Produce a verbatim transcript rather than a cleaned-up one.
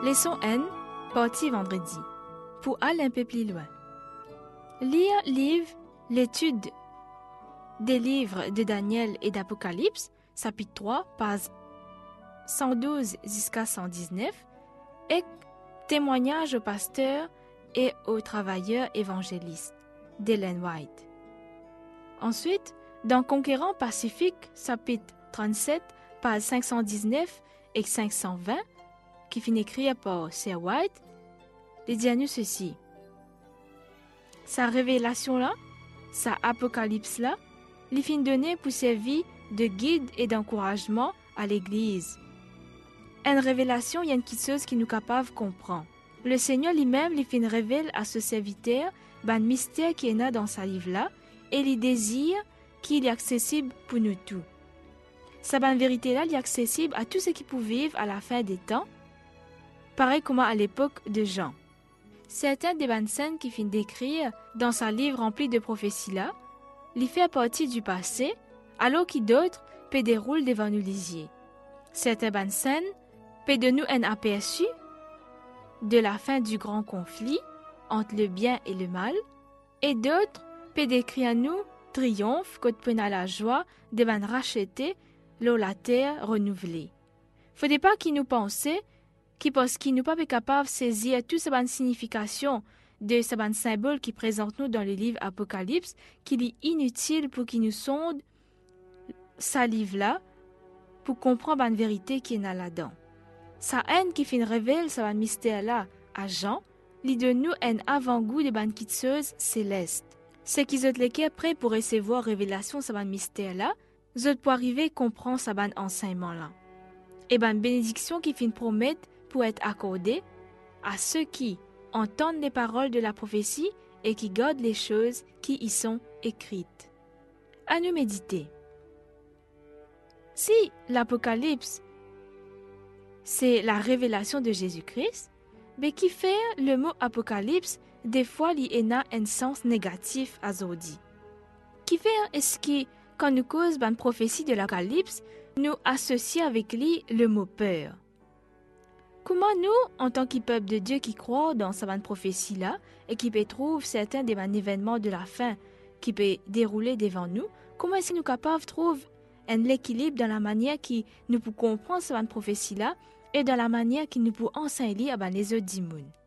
Leçon N, partie vendredi. Pour aller un peu plus loin. Lire livre, l'étude des livres de Daniel et d'Apocalypse, chapitre trois, pages cent douze jusqu'à cent dix-neuf, et témoignage aux pasteurs et aux travailleurs évangélistes d'Ellen White. Ensuite, dans Conquérant Pacifique, chapitre trente-sept, pages cinq cent dix-neuf et cinq cent vingt, qui finit écrit par Sir White, il dit à nous ceci. Sa révélation-là, sa apocalypse-là, il finit donner pour servir de guide et d'encouragement à l'Église. Une révélation, il y a une chose qui nous capable de comprendre. Le Seigneur lui-même, il finit révèle à ce serviteur un mystère qui est là dans sa livre-là et il désire qu'il est accessible pour nous tous. Sa bonne vérité-là, il est accessible à tous ceux qui peuvent vivre à la fin des temps, pareil comme à l'époque de Jean. Certaines des bonnes scènes qu'il finit d'écrire dans sa livre rempli de prophéties-là, il fait partie du passé, alors que d'autres peut dérouler devant nous lisier. Certaines bonnes scènes peut de nous un aperçu de la fin du grand conflit entre le bien et le mal, et d'autres peut décrire à nous triomphe quand on a la joie de ben racheter l'eau la terre renouvelée. Faudrait pas qu'il nous pense qui parce qu'il nous pas capable de saisir toute cette bonne signification de ce bon symbole qui présente nous dans le livre Apocalypse, qu'il est inutile pour qu'il nous sonde sa livre-là pour comprendre la vérité qui est là-dedans. Sa haine qui fait révèle ce mystère-là à Jean, lui donne nous un avant-goût de bonne quitteuse céleste. Ceux qui sont les prêts pour recevoir révélation de ce mystère-là, ils pour arriver à comprendre ce bon enseignement-là. Et bonne bénédiction qui fait promettre pour être accordée à ceux qui entendent les paroles de la prophétie et qui gardent les choses qui y sont écrites. À nous méditer. Si l'Apocalypse, c'est la révélation de Jésus-Christ, mais qui fait le mot Apocalypse, des fois, il a un sens négatif à Zodi. Qui fait est-ce que, quand nous cause une prophétie de l'Apocalypse, nous associons avec lui le mot peur? Comment nous, en tant que peuple de Dieu qui croit dans cette prophétie-là et qui peut trouver certains des événements de la fin qui peut dérouler devant nous, comment est-ce que nous sommes capables de trouver un équilibre dans la manière qui nous peut comprendre cette prophétie-là et dans la manière qui nous peut enseigner à les autres du monde?